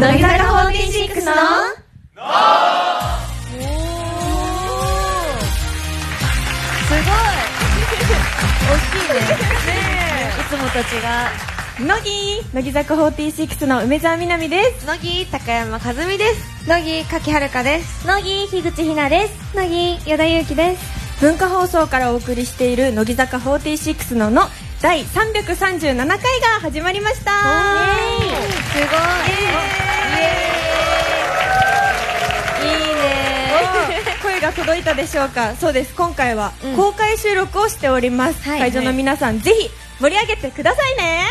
乃木坂46のすごい大きいね。いつもと違う。 乃木坂46の梅澤美波です。 乃木高山和美です。 乃木柿遥です。 乃木樋口ひなです。乃木依田祐希です。 文化放送からお送りしている乃木坂46の第337回が始まりました。 すごい。いいね。 声が届いたでしょうか。そうです、今回は公開収録をしております。会場の皆さん、ぜひ盛り上げてくださいね。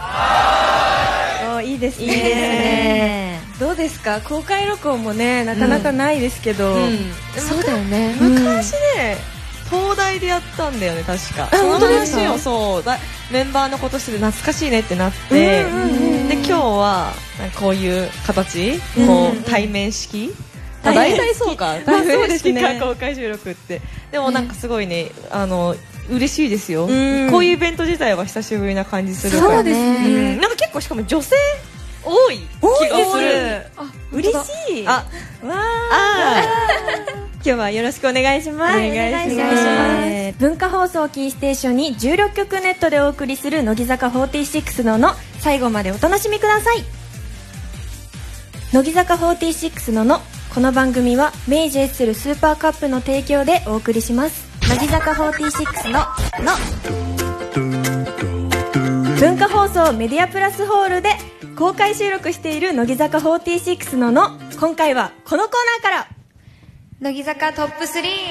いいですね。 いいですね。 どうですか、公開録音もねなかなかないですけど、 そうだよね。 昔ね、東大でやったんだよね、確か。 本当ですか。 その話をそうメンバーのことしてて懐かしいねってなって、で今日はこういう形、こう対面式、大体そうか、対面式か公開収録って。でもなんかすごいね、嬉しいですよ。こういうイベント自体は久しぶりな感じするから。 そうですね。 なんか結構しかも女性多い気がする。 嬉しい。今日はよろしくお願いします。 お願いします。 文化放送キーステーションに16曲ネットでお送りする乃木坂46の最後までお楽しみください。乃木坂46のこの番組は明治エッセルスーパーカップの提供でお送りします。乃木坂46の文化放送メディアプラスホールで公開収録している乃木坂46の今回はこのコーナーから乃木坂トップ3。 イエーイ、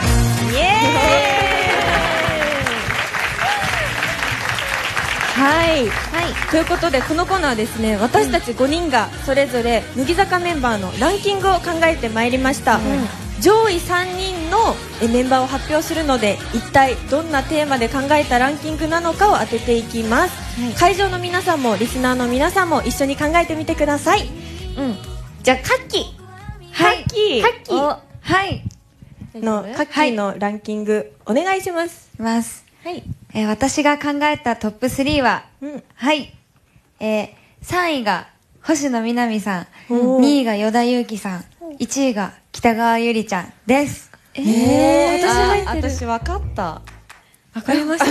はい、ということでこのコーナーはですね、私たち5人がそれぞれ乃木坂メンバーのランキングを考えてまいりました。上位3人のメンバーを発表するので、一体どんなテーマで考えたランキングなのかを当てていきます。会場の皆さんもリスナーの皆さんも一緒に考えてみてください。 じゃあカッキカッキーはいのカッキーのランキングお願いします。はい、 私が考えたトップ3は、はい、3位が星野みなみさん、2位が依田祐希さん、1位が北川ゆりちゃんです。 私分かった。 わかりました。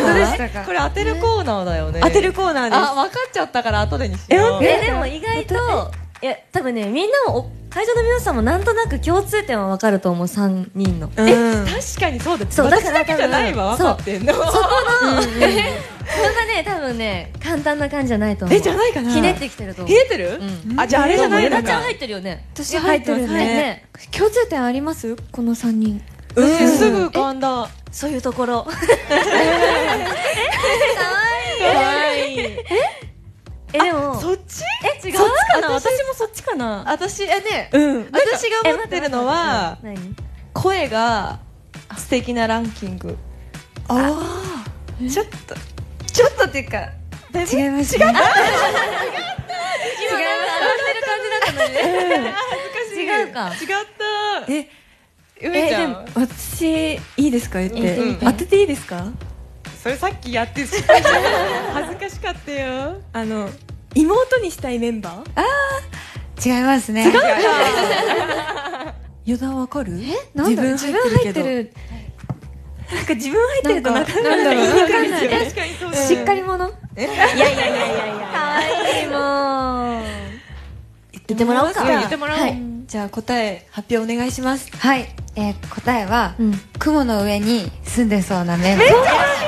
これ当てるコーナーだよね。 当てるコーナーです。 分かっちゃったから後でにしよう。 でも意外と多分ね、みんなも会場の皆さんもなんとなく共通点は分かると思う。3人の確かにそうだ。 そう私だけじゃないわ、分かってんの。そこのそれがね、多分ね、簡単な感じじゃないと思う。 じゃないかな。 ひねってきてると思う。 ひねってる？じゃああれじゃないのか。 ゆなちゃん入ってるよね。 私入ってるね。共通点あります？この3人。 すぐ浮かんだ。 そういうところ。かわいい。 でもそっち？ 違うかな。私もそっちかな。 私私が思ってるのは声が素敵なランキング。 ちょっとっていうか違います。違った。 今なんか笑ってる感じだったのにね。違うか。 違った。梅ちゃん。 私いいですか、言って当てていいですか。 それさっきやって恥ずかしかったよ。 妹にしたいメンバー。 違いますね。 違うか。依田わかる？ なんだろう。 自分入ってる。なんか自分入ってるとなんだろう。 確かにそう。 しっかり者。 いや。 かわいいもん。言ってもらおうか。 言ってもらおう。 じゃあ答え発表お願いします。 はい、答えは、雲の上に住んでそうなメンバー。 でも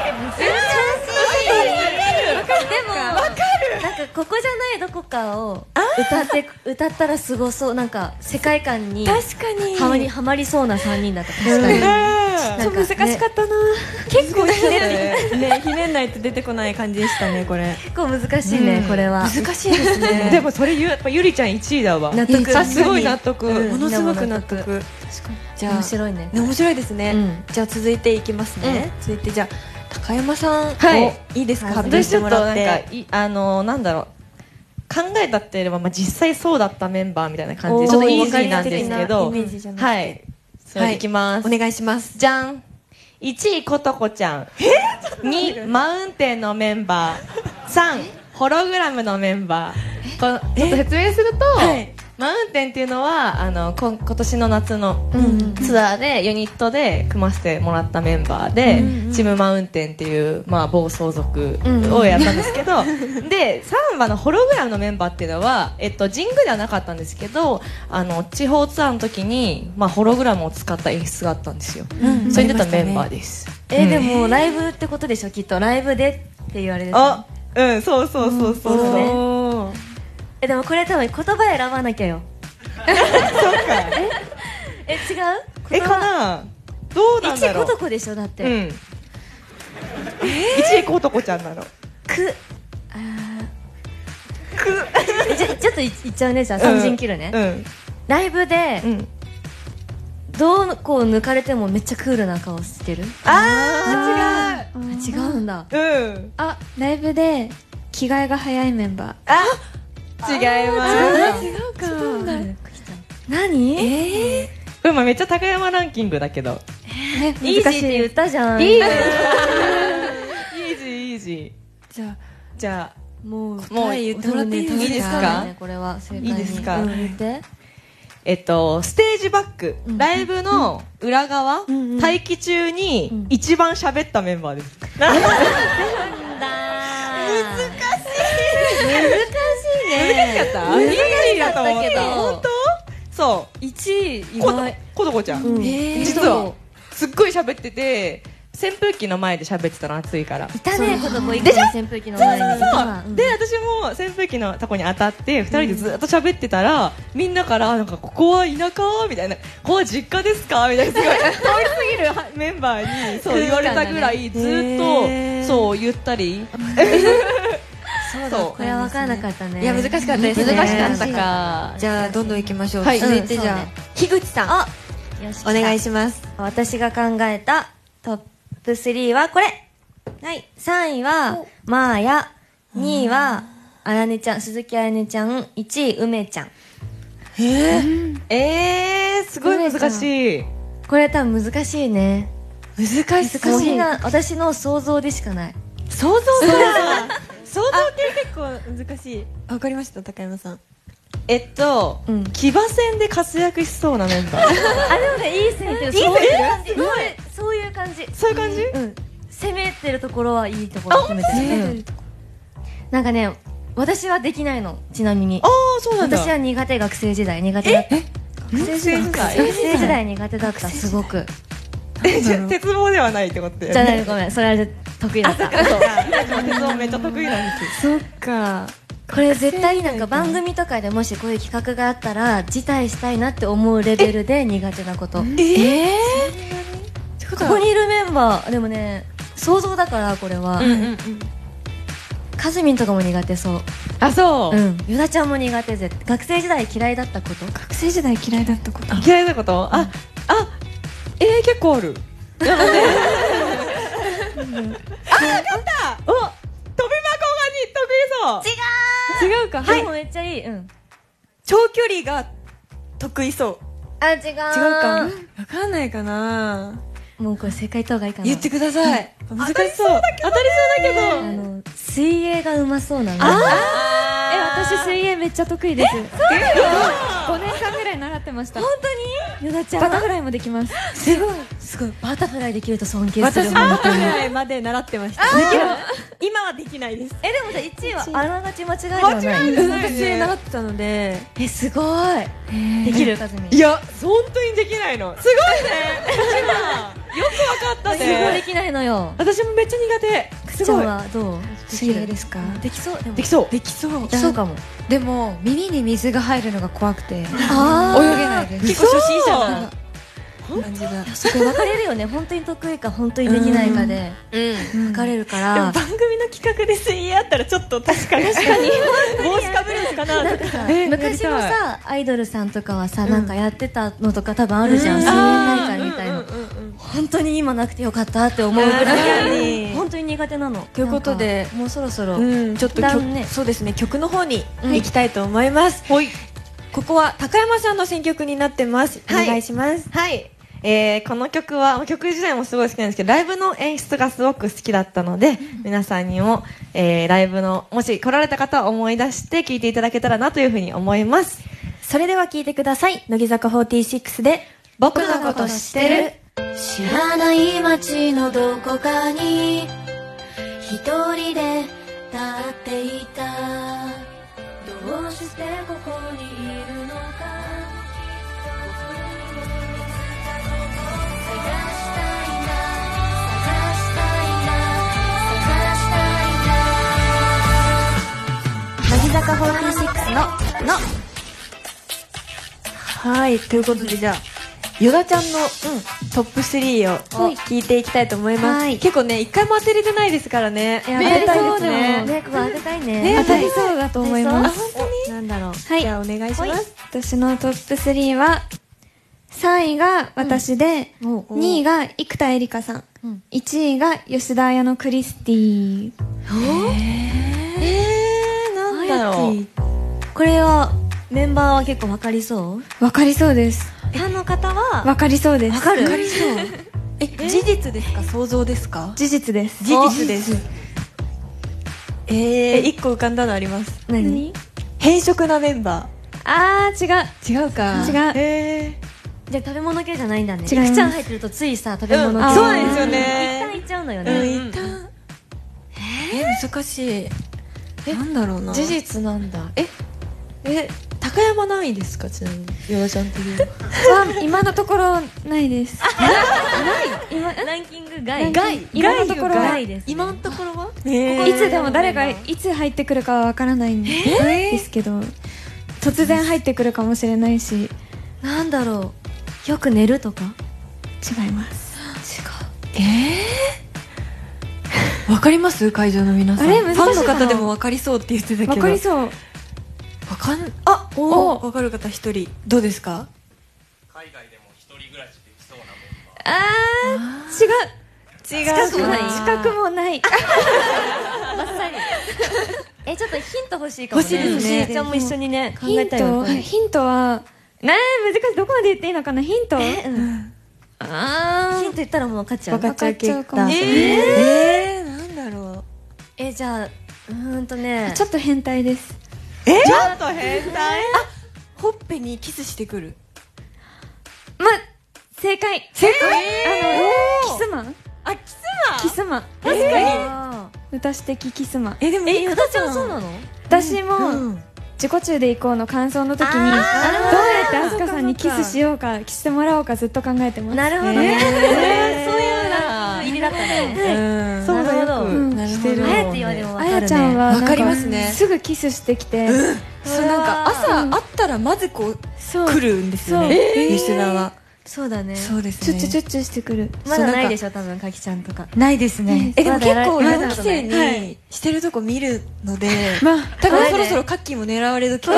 なんかここじゃないどこかを歌ったらすごそう。なんか世界観に確かにはまりそうな3人だった。確かにちょっと難しかったな。結構ひねんないと出てこない感じでしたね。これ結構難しいね。これは難しいですね。 でもそれやっぱゆりちゃん1位だわ。 納得。 すごい納得。 ものすごく納得。 じゃあ面白いね。 面白いですね。じゃあ続いていきますね。続いてじゃあ高山さん、いいですか、発表してもらって。 なんだろう、考えたっていうよりは、実際そうだったメンバーみたいな感じでちょっとイージーなんですけど、はい、それいきます。 お願いします。 じゃん。1位ことこちゃん、2マウンテンのメンバー、3ホログラムのメンバー、 ちょっと説明すると、マウンテンっていうのは今年の夏のツアーでユニットで組ませてもらったメンバーで、チームマウンテンっていう、まあ、暴走族をやったんですけど、でサンバのホログラムのメンバーっていうのは、神宮ではなかったんですけど、地方ツアーの時に、まあ、ホログラムを使った演出があったんですよ、それに出たメンバーです。 でもライブってことでしょ、きっとライブでって言われる。 あ、そうそうそうそうそう、 でもこれ多分言葉選ばなきゃよ。 そうか。 違う？ かな。どうなんだろう。 一位ことこでしょ、だって。 1位ことこちゃんなの。 ちょっと言っちゃうね、じゃあ三陣切るね。ライブでどうこう抜かれてもめっちゃクールな顔してる。 違う。 違うんだ。 ライブで着替えが早いメンバー。 違います。 違うか。 何？ 今めっちゃ高山ランキングだけど。 イージーって言ったじゃん。 イージー。じゃあもう言ってもらっていいですか？ これは正解に。 いいですか？ 言って。 ステージバック、ライブの裏側、待機中に一番喋ったメンバーです。難しいね。難しかった？ 難しかったけど。 本当？そう。 1位意外。 ことこちゃん。実はすっごい喋ってて、扇風機の前で喋ってたの、暑いから。 いたね、ことこ一個の扇風機の前に。 そうで、私も扇風機のとこに当たって2人でずっと喋ってたら、みんなからなんかここは田舎みたいな、ここは実家ですかみたいな、すごい通り過ぎるメンバーにそう言われたぐらいずっとそう言ったり。 そうだ、これは分からなかったね。 いや、難しかったですね。 難しかったか。 じゃあどんどん行きましょう。 はい、 続いてじゃあ樋口さん、お願いします。 私が考えたトップ3はこれ。はい。3位はマーヤ、2位はあらねちゃん、鈴木あらねちゃん、1位梅ちゃん。 すごい難しい。 これ多分難しいね。 難しいな。私の想像でしかない。 想像って結構難しい。わかりました、高山さん。 騎馬戦で活躍しそうなメンバー。 でもね、いい線ってそういう感じ。 そういう感じ？ 攻めてるところはいいところ攻めてる。なんかね、私はできないの、ちなみに。 そうなんだ。 私は苦手、学生時代苦手だった。学生時代苦手だった、すごく。 鉄棒ではないってことだよね。 じゃない、ごめん、それは得意だった。 鉄棒めっちゃ得意なんですよ。 そっか。 これ絶対なんか番組とかでもしこういう企画があったら辞退したいなって思うレベルで苦手なこと。ここにいるメンバーでもね、想像だからこれは。かずみんとかも苦手そう。 そう。 ゆだちゃんも苦手ぜ。学生時代嫌いだったこと？ 学生時代嫌いだったこと。 嫌いなこと？結構ある。なので。分かった。飛び箱が得意そう。 違うか。 はい。めっちゃいい。 長距離が得意そう。 違う。 違うか。わかんないかな。 もうこれ正解言った方がいいかな。 言ってください。難しそう。当たりそうだけど。 水泳がうまそうなの。 私水泳めっちゃ得意です。5年間ぐらい習ってました。 本当に？ゆだちゃんバタフライもできます。 すごい。バタフライできると尊敬する。 私バタフライまで習ってました。今はできないです。 でもさ、1位はあながち間違いではない。 水泳習ってたので。 すごい。できる？かずみ。 いや、本当にできないの。すごいね。よくわかったね。 すごいできないのよ。 私もめっちゃ苦手。 くちゃんはどう？ 水泳ですか？ できそう。 できそう。 できそうかも。 でも耳に水が入るのが怖くて泳げないです。 結構初心者な感じが。 そこ分かれるよね。本当に得意か本当にできないかで分かれるから。 でも番組の企画で水泳あったらちょっと確かに帽子かぶるんかなとか。 昔のさアイドルさんとかはさなんかやってたのとか多分あるじゃん。水泳大会みたいな。本当に今なくてよかったって思うぐらい本当に苦手なの。 ということでもうそろそろちょっとそうですね、曲の方に行きたいと思います。ここは高山さんの選曲になってます。お願いします。 はい。 この曲は曲自体もすごい好きなんですけど、ライブの演出がすごく好きだったので、皆さんにも、ライブのもし来られた方は思い出して聴いていただけたらなというふうに思います。 それでは聴いてください。乃木坂46で僕のこと知ってる。 知らない街のどこかに一人で立っていた。どうしてここにいるのか。 乃木坂46のはい、ということでじゃあヨダちゃんの、トップ3を聞いていきたいと思います。結構ね、一回も当てれてないですからね。 当たりそうだね。ね、ここ当てたいね。 当たりそうだと思います。 本当になんだろう。はい。じゃあお願いします。 私のトップ3は、3位が私で、2位が生田絵梨花さん、1位が吉田彩乃クリスティ。 なんだろう。 これは、メンバーは結構わかりそう？ わかりそうです。 ファンの方はわかりそうです。 わかる？ わかりそう。事実ですか？想像ですか？ 事実です。 事実です。一個浮かんだのあります。 何？ 変色なメンバー。違う。 違うか。 違う。 じゃあ食べ物系じゃないんだね。 違います。 いくちゃん入ってるとついさ、食べ物系。 そうなんですよね。 一旦いっちゃうのよね。 一旦。難しい。なんだろうな。 事実なんだ。 高山ないですか？ちなみにヨダちゃん的には今のところないです。 ないランキング外。 今のところは外です。 今のところは？ いつでも誰がいつ入ってくるかはわからないんですけど、突然入ってくるかもしれないし。 なんだろう。よく寝るとか？ 違います。 わかります？会場の皆さん。 あれ難しいかな。 ファンの方でもわかりそうって言ってたけど。 わかりそう。 わかる方一人。どうですか？ 海外でも一人暮らしできそうなメンバー。 違う。近くもない。 まさに。ちょっとヒント欲しいかもね。 欲しいですね。 ちゃんも一緒にね、考えたいわ。 ヒントは、難しい。どこまで言っていいのかな？ヒント？ ヒント言ったらもう分かっちゃう。 分かっちゃうかもしれない。なんだろう。 じゃあ、 ちょっと変態です。 ちょっと変態？ ほっぺにキスしてくる。 正解。キスマン？キスマン。 確かに。私的キスマン。 でも、ヨダちゃんそうなの？ 私も、自己中で行こうの感想の時に、どうやってアスカさんにキスしようか、してもらおうかずっと考えてます。 なるほどね。 そういうの入りだったね。 そうなるほど。 してる。 あやって言われも分かるね。 あやちゃんは、 わかりますね。 すぐキスしてきて、 そうなんか朝会ったらまずこう来るんですよね。吉田は。 そうだね。 そうですね。 チュッしてくる。 まだないでしょ、多分かきちゃんとか。 ないですね。でも結構4期生ににしてるとこ見るので、多分そろそろカッキーも狙われ時が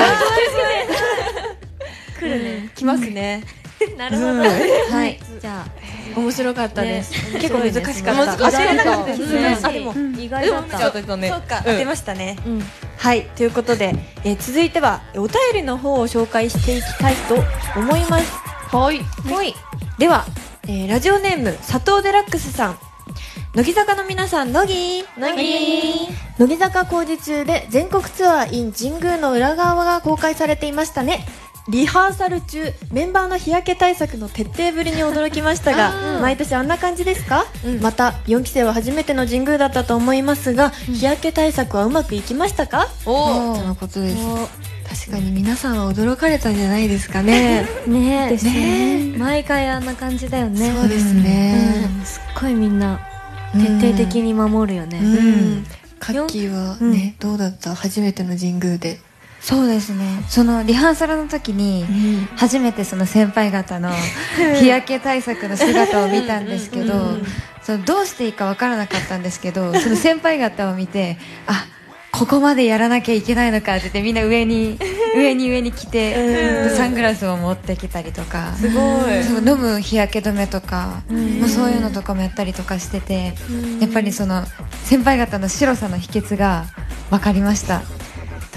来るね。 来ますね。 なるほど。 はい。 じゃあ面白かったです。結構難しかった。 当てれなかったですね。 でも意外だった。 そうか、当てましたね。はい、ということで続いてはお便りの方を紹介していきたいと思います。はい。ではラジオネーム佐藤デラックスさん。乃木坂の皆さん、乃木坂工事中で全国ツアー in 神宮の裏側が公開されていましたね。リハーサル中、メンバーの日焼け対策の徹底ぶりに驚きましたが、毎年あんな感じですか？また4期生は初めての神宮だったと思いますが、日焼け対策はうまくいきましたか？とのことです。確かに皆さんは驚かれたんじゃないですかね。 ね。毎回あんな感じだよね。 そうですね。 すっごいみんな徹底的に守るよね。 カッキーはね、どうだった？初めての神宮で。 そうですね。そのリハーサルの時に初めてその先輩方の日焼け対策の姿を見たんですけど、そのどうしていいかわからなかったんですけど、その先輩方を見て、ここまでやらなきゃいけないのかって言って、みんな上に来て、サングラスを持ってきたりとか、 すごい飲む日焼け止めとか、そういうのとかもやったりとかしてて、やっぱりその先輩方の白さの秘訣が分かりました。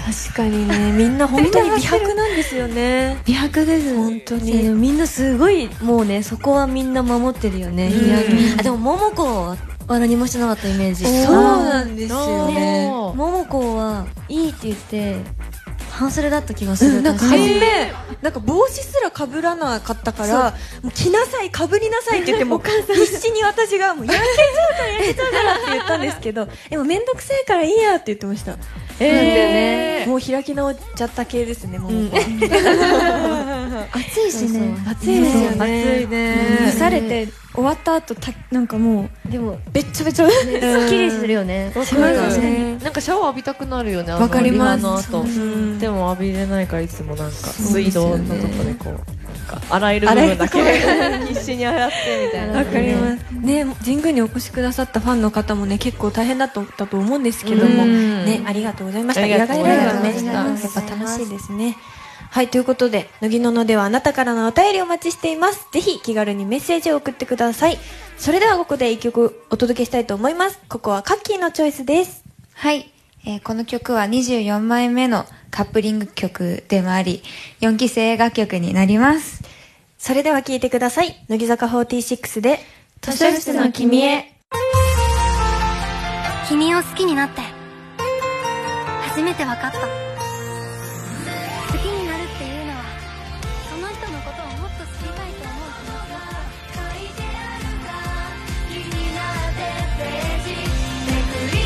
確かにね、みんな本当に美白なんですよね。 美白です。 本当でに。 もみんなすごいもうね、そこはみんな守ってるよね、日焼け。あ、でも桃子は何もしてなかったイメージ。 そうなんですよね。 桃子はいいって言って半袖だった気がする。 なんか確か初め、なんか帽子すら被らなかったから、もう着なさい、被りなさいって言っても、必死に私がもう焼けちゃうからって言ったんですけど、でもめんどくせえからいいやって言ってました。もう開き直っちゃった系ですね、もう。 暑いしね。 暑いですよね。 暑いね。 蒸されて終わった後なんかもに。でもべっちゃべちゃ。 すっきりするよね。 わかる。なんかシャワー浴びたくなるよね。 わかります。 リハの後。でも浴びれないからいつもなんか水道のとこでこう。洗える部分だけ必死に洗ってみたいな。 わかりますね。神宮にお越しくださったファンの方もね、結構大変だったと思うんですけどもね、ありがとうございました。 ありがとうございました。 やっぱ楽しいですね。はい、ということで、乃木ののではあなたからのお便りをお待ちしています。ぜひ気軽にメッセージを送ってください。それではここで一曲お届けしたいと思います。ここはカッキーのチョイスです。 はい。この曲は24枚目のカップリング曲でもあり、4期生映画曲になります。 それでは聴いてください。乃木坂46で、図書室の君へ。 君を好きになって初めて分かった。好きになるっていうのはその人のことをもっと知りたいと思う気持ちだから。書いてあるか気になってページめくり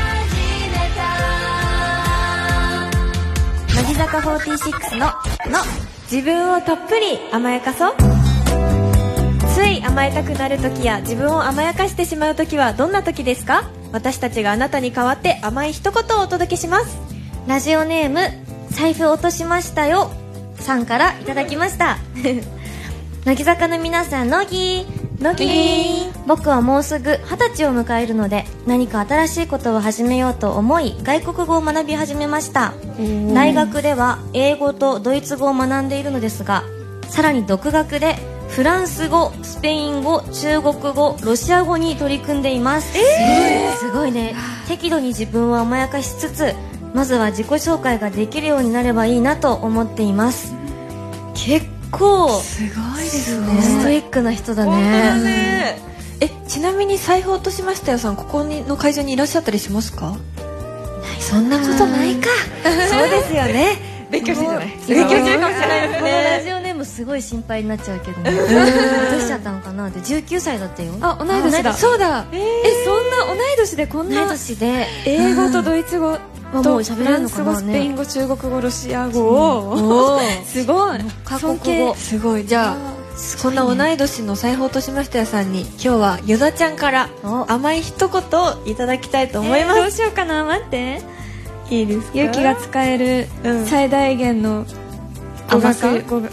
始めた。 乃木坂46の自分をたっぷり甘やかそう。つい甘えたくなる時や自分を甘やかしてしまう時はどんな時ですか？私たちがあなたに代わって甘い一言をお届けします。 ラジオネーム財布落としましたよさんからいただきました。乃木坂の皆さん、乃木僕はもうすぐ20歳を迎えるので、何か新しいことを始めようと思い外国語を学び始めました。大学では英語とドイツ語を学んでいるのですが、さらに独学でフランス語、スペイン語、中国語、ロシア語に取り組んでいます。すごいね。適度に自分を甘やかしつつ、まずは自己紹介ができるようになればいいなと思っています。結構すごいですね。 ストイックな人だね。 ちなみに財布落としましたよさん、ここの会場にいらっしゃったりしますか？ そんなことないか。 そうですよね。勉強してるじゃない。勉強してるかもしれないですこのラね。 ジオネームすごい心配になっちゃうけどね。どうしちゃったのかなって。19歳だったよ。 あ、同い年だ。 そうだ。 そんな同い年でこん同いな年で英語とドイツ語もうと喋れるのかなフランス語、スペイン語、中国語、ロシア語をすごい過国語。 すごい。じゃあそんな同い年の財布落としましたよさんに今日はヨダちゃんから甘い一言をいただきたいと思います。 どうしようかな。待って、 いいですか？ 勇気が使える最大限の語学。 語学。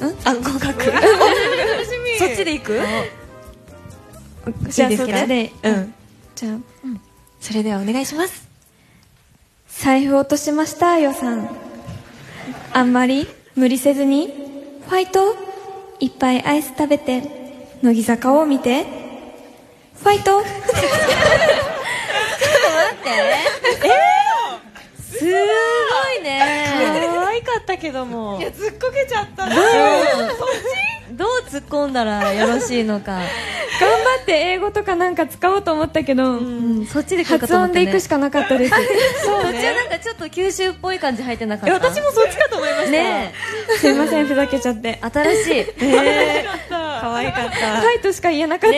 そっちで行く？ じゃあいいですか？ そっちで。じゃあそれではお願いします。 財布落としましたよさん、あんまり無理せずにファイト、いっぱいアイス食べて乃木坂を見てファイト。 すごいね。 可愛かったけども。いやずっこけちゃったな。 どう突っ込んだらよろしいのか。 頑張って英語とかなんか使おうと思ったけど、 そっちで来るか発音と思ったね。 でいくしかなかったです。 途中なんかちょっと九州っぽい感じ入ってなかった。 私もそっちかと思いました。 ねすいません、ふざけちゃって。 新しい。 可愛かった。 ファイトしか言えなかった。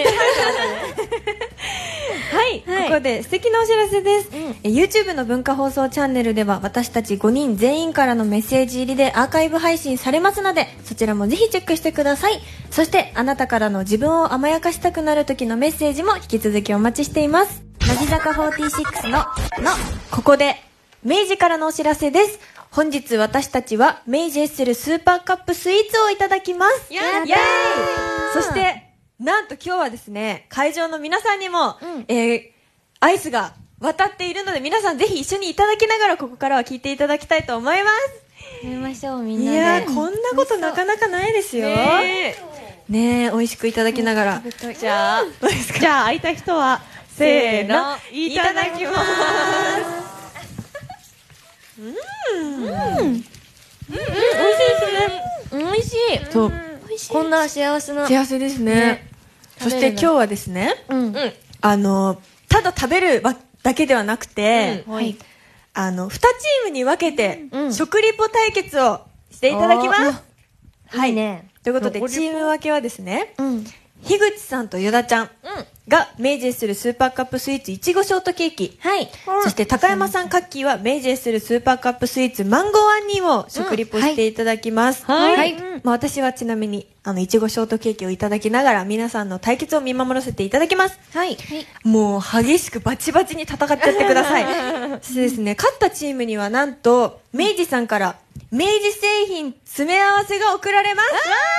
はい、ここで素敵なお知らせです、YouTube の文化放送チャンネルでは私たち5人全員からのメッセージ入りでアーカイブ配信されますので、そちらもぜひチェックしてください。そしてあなたからの自分を甘やかしたくなる時のメッセージも引き続きお待ちしています。乃木坂46のここで明治からのお知らせです。本日私たちは明治エッセルスーパーカップスイーツをいただきます。イエーイ。そしてなんと今日はですね、会場の皆さんにも、アイスが渡っているので、皆さんぜひ一緒にいただきながらここからは聞いていただきたいと思います。 食べましょう、みんなで。 いやー、こんなことなかなかないですよ。ねえ、美味しくいただきながら。 じゃあ空いた人はせーの、いただきます。 美味しい。 そう。 こんな幸せな。 幸せですね。そして今日はですね、ただ食べるだけではなくて、2チームに分けて、食リポ対決をしていただきます。はい。ということで、チーム分けはですね、樋口さんとヨダちゃんが明治するスーパーカップスイーツいちごショートケーキ。はい。そして高山さん、カッキーは明治するスーパーカップスイーツマンゴーアンニーを食リポしていただきます。はい。まあ私はちなみにいちごショートケーキをいただきながら皆さんの対決を見守らせていただきます。はい。もう激しくバチバチに戦っちゃってください。そしてですね、勝ったチームにはなんと明治さんから明治製品詰め合わせが送られます。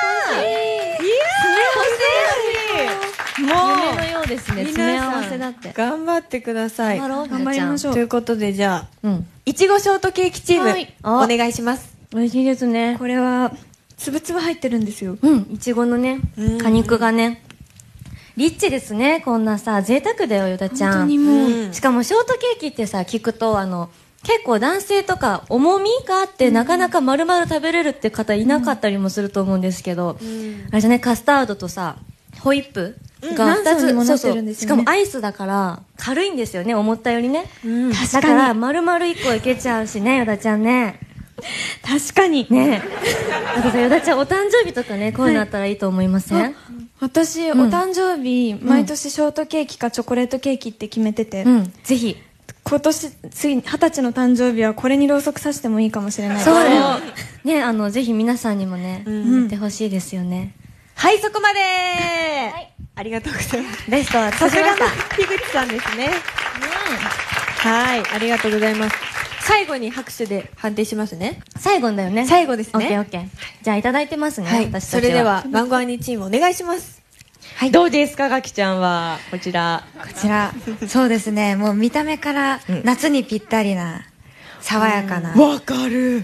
もう夢のようですね。詰め合わせだって。 頑張ってください。 頑張りましょう。 ということでじゃあ、いちごショートケーキチーム、お願いします。 美味しいですね。 これはつぶつぶ入ってるんですよ。 いちごのね、果肉がね、リッチですね。こんなさ、贅沢だよ、ヨダちゃん。 本当にもう。しかもショートケーキってさ、聞くと結構男性とか重みがあってなかなか丸々食べれるって方いなかったりもすると思うんですけど、あれじゃね、カスタードとさホイップが2つ、しかもアイスだから軽いんですよね、思ったよりね。だから丸々1個いけちゃうしね、ヨダちゃんね。 確かにね。あとさ、ヨダちゃんお誕生日とかね、こういうのあったらいいと思いません？ 私、お誕生日毎年ショートケーキかチョコレートケーキって決めてて、 ぜひ今年次20歳の誕生日はこれにろうそくさしてもいいかもしれないです。 そうだよね。ぜひ皆さんにもね、やってほしいですよね。 はい、そこまで。ありがとうございます。 ベストはさすがの樋口さんですね。はい、ありがとうございます。最後に拍手で判定しますね。 最後だよね。 最後ですね。 オッケーオッケー。じゃあいただいてますね。私たちは。 それではマンゴーアニーチームお願いします。 はい、どうですか、ガキちゃんは。こちら、 そうですね、もう見た目から夏にぴったりな、爽やかな。 わかる。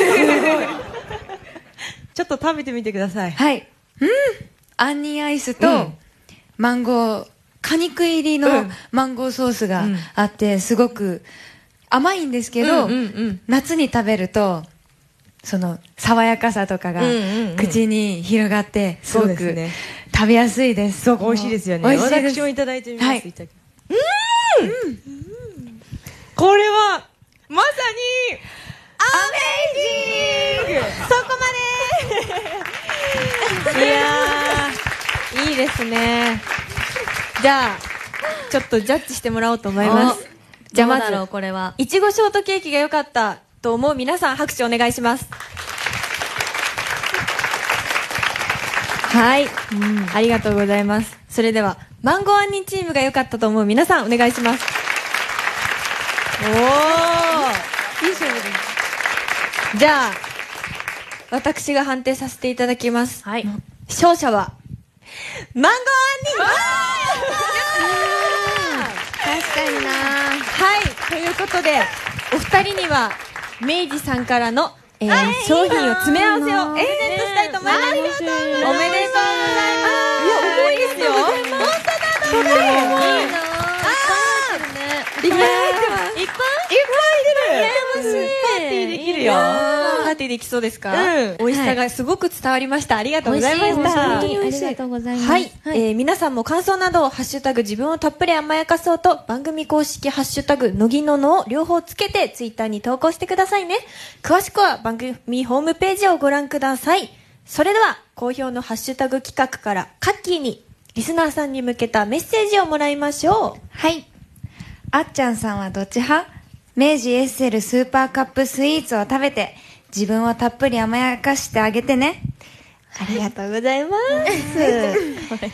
ちょっと食べてみてください。 はい。アンニーアイスと、マンゴー、果肉入りのマンゴーソースがあって、すごく甘いんですけど、夏に食べると、その爽やかさとかが口に広がって、すごく食べやすいです。 すごく美味しいですよね。 美味しいです。 私もいただいてみます。これはまさにアメイジング。 そこまで。いやー、いいですね。じゃあちょっとジャッジしてもらおうと思います。じゃあまずこれはいちごショートケーキが良かったと思う皆さん、拍手お願いします。はい、ありがとうございます。それではマンゴーアンニーチームが良かったと思う皆さん、お願いします。おー、いい勝負です。じゃあ私が判定させていただきます。はい、勝者はマンゴーアンニー。 確かにな。 はい、ということでお二人には明治さんからの、商品を詰め合わせをプレゼントしたいと思います。おめでとうございます。いや、重いですよ。本当だ、とても重い。いっぱい入ってます。いっぱい入ってる。 パーティーできるよ。 パーティーできそうですか？美味しさがすごく伝わりました。ありがとうございました。 ありがとうございます。 はい、皆さんも感想などをハッシュタグ自分をたっぷり甘やかそうと番組公式ハッシュタグのぎののを両方つけてツイッターに投稿してくださいね。詳しくは番組ホームページをご覧ください。それでは好評のハッシュタグ企画からカッキーにリスナーさんに向けたメッセージをもらいましょう。 はい。あっちゃんさんはどっち派？明治エッセルスーパーカップスイーツを食べて自分をたっぷり甘やかしてあげてね。 ありがとうございます。はい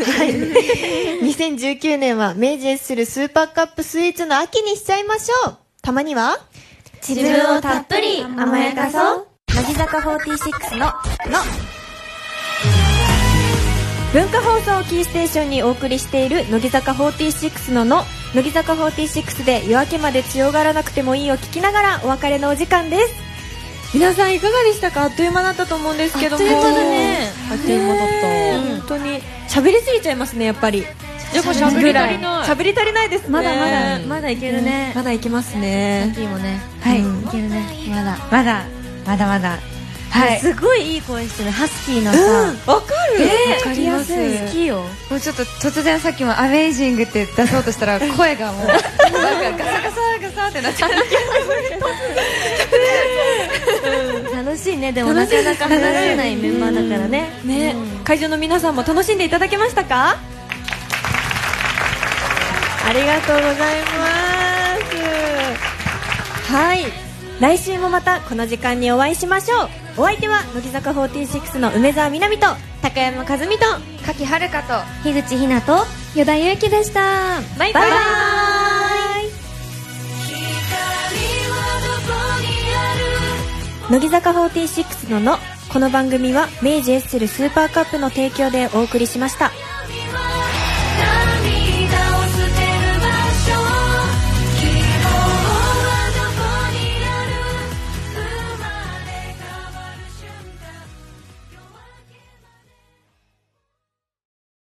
、2019年は明治エッセルスーパーカップスイーツの秋にしちゃいましょう。たまには自分をたっぷり甘やかそう。乃木坂46の文化放送をキーステーションにお送りしている乃木坂46の乃木坂46で夜明けまで強がらなくてもいいを聞きながらお別れのお時間です。皆さんいかがでしたか？あっという間だったと思うんですけども。 あっという間だね。 あっという間だった。 本当に喋りすぎちゃいますね、やっぱり。 やっぱしゃぶり足りない。 しゃぶり足りないですね。 まだいけるね。 まだいけますね。 キーもね。 はい、 いけるね。 まだはい、 すごいいい声してる。ハスキーなさ。 わかる。 わかります。 好きよ。 もうちょっと突然さっきもアメージングって出そうとしたら声がもうなんかガサガサガサってなっちゃう。 楽しいね。でもなかなか話せないメンバーだからね。 ね、会場の皆さんも楽しんでいただけましたか？ありがとうございます。はい、来週もまたこの時間にお会いしましょう。お相手は乃木坂46の梅澤美波と高山和美と柿はるかと樋口ひなと与田祐希でした。 バイバイ。乃木坂46のこの番組は明治エッセルスーパーカップの提供でお送りしました。